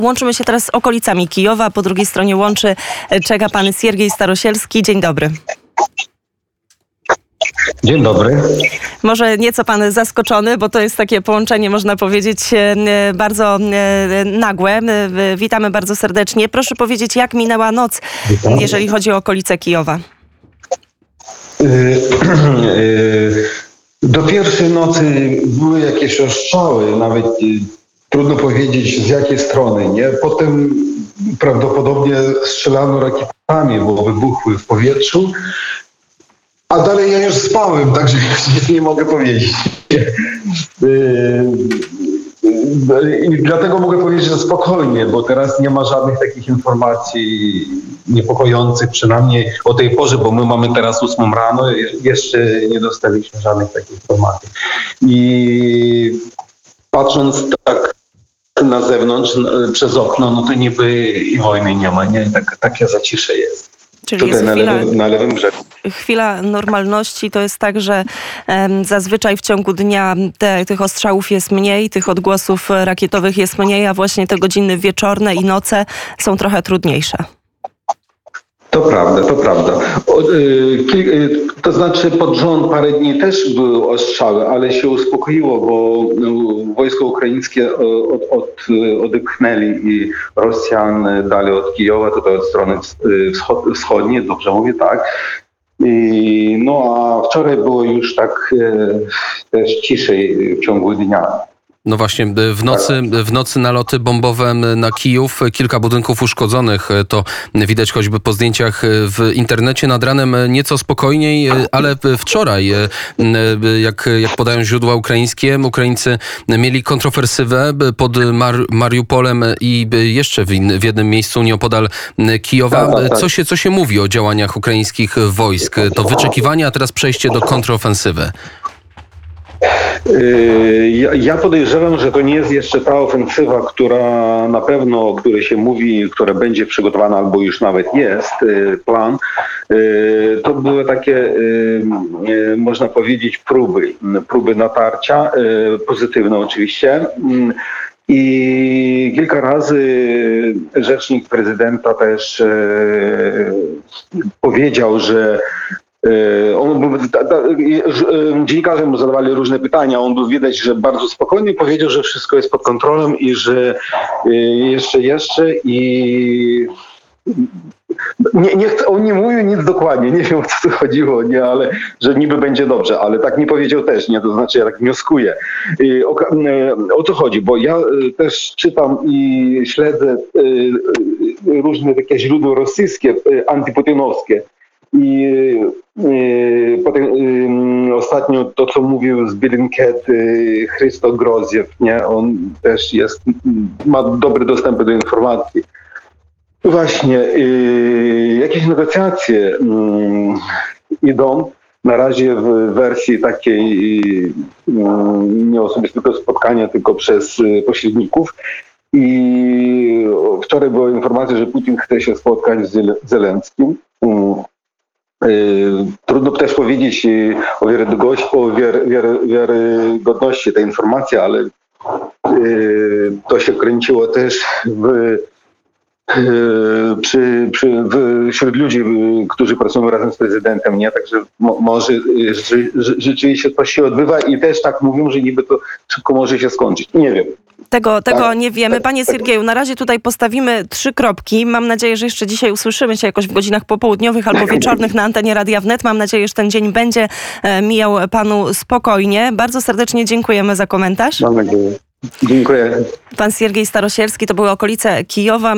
Łączymy się teraz z okolicami Kijowa. Po drugiej stronie łączy czeka pan Siergiej Starosielski. Dzień dobry. Dzień dobry. Może nieco pan zaskoczony, bo to jest takie połączenie, można powiedzieć, bardzo nagłe. Witamy bardzo serdecznie. Proszę powiedzieć, jak minęła noc, jeżeli chodzi o okolice Kijowa? Do pierwszej nocy były jakieś ostrzały, nawet trudno powiedzieć z jakiej strony, nie? Potem prawdopodobnie strzelano rakietami, bo wybuchły w powietrzu. A dalej ja już spałem, także nic nie mogę powiedzieć. I dlatego mogę powiedzieć, że spokojnie, bo teraz nie ma żadnych takich informacji niepokojących, przynajmniej o tej porze, bo my mamy teraz 8 rano, jeszcze nie dostaliśmy żadnych takich informacji. I patrząc tak na zewnątrz, przez okno, no to niby i wojny nie ma, nie? Takie zacisze jest. Czyli tutaj jest na lewym brzegu. Chwila normalności. To jest tak, że zazwyczaj w ciągu dnia tych ostrzałów jest mniej, tych odgłosów rakietowych jest mniej, a właśnie te godziny wieczorne i noce są trochę trudniejsze. To prawda, to prawda. To znaczy pod rząd parę dni też były ostrzały, ale się uspokoiło, bo wojsko ukraińskie odepchnęli i Rosjan dali od Kijowa, tutaj od strony wschodniej, dobrze mówię, tak. No a wczoraj było już tak też ciszej w ciągu dnia. No właśnie, w nocy naloty bombowe na Kijów, kilka budynków uszkodzonych, to widać choćby po zdjęciach w internecie. Nad ranem nieco spokojniej, ale wczoraj, jak podają źródła ukraińskie, Ukraińcy mieli kontrofersywę pod Mariupolem i jeszcze w jednym miejscu nieopodal Kijowa. Co się mówi o działaniach ukraińskich wojsk? To wyczekiwania, a teraz przejście do kontrofensywy. Ja podejrzewam, że to nie jest jeszcze ta ofensywa, która na pewno, o której się mówi, która będzie przygotowana albo już nawet jest plan. To były takie, można powiedzieć, próby natarcia, pozytywne oczywiście. I kilka razy rzecznik prezydenta też powiedział, że dziennikarze mu zadawali różne pytania, on był widać, że bardzo spokojnie powiedział, że wszystko jest pod kontrolą i że jeszcze i on nie mówił nic dokładnie, nie wiem o co tu chodziło, nie, ale że niby będzie dobrze, ale tak nie powiedział też, nie, to znaczy ja tak wnioskuję. O co chodzi, bo ja też czytam i śledzę różne takie źródła rosyjskie, antyputinowskie. I potem ostatnio to, co mówił z Bielinket Chrysto Groziew, nie? On też ma dobry dostęp do informacji. Właśnie, jakieś negocjacje idą na razie w wersji takiej nie osobistego spotkania, tylko przez pośredników. I wczoraj była informacja, że Putin chce się spotkać z Zelenskim. Trudno też powiedzieć o wiarygodności tej informacji, ale to się kręciło też wśród ludzi, którzy pracują razem z prezydentem, nie? Także może rzeczywiście to się odbywa i też tak mówią, że niby to szybko może się skończyć. Nie wiem. Tego nie wiemy. Panie Siergieju, na razie tutaj postawimy 3 kropki. Mam nadzieję, że jeszcze dzisiaj usłyszymy się jakoś w godzinach popołudniowych albo wieczornych na antenie Radia Wnet. Mam nadzieję, że ten dzień będzie mijał panu spokojnie. Bardzo serdecznie dziękujemy za komentarz. Mam nadzieję. Dziękuję. Pan Siergiej Starosielski, to były okolice Kijowa.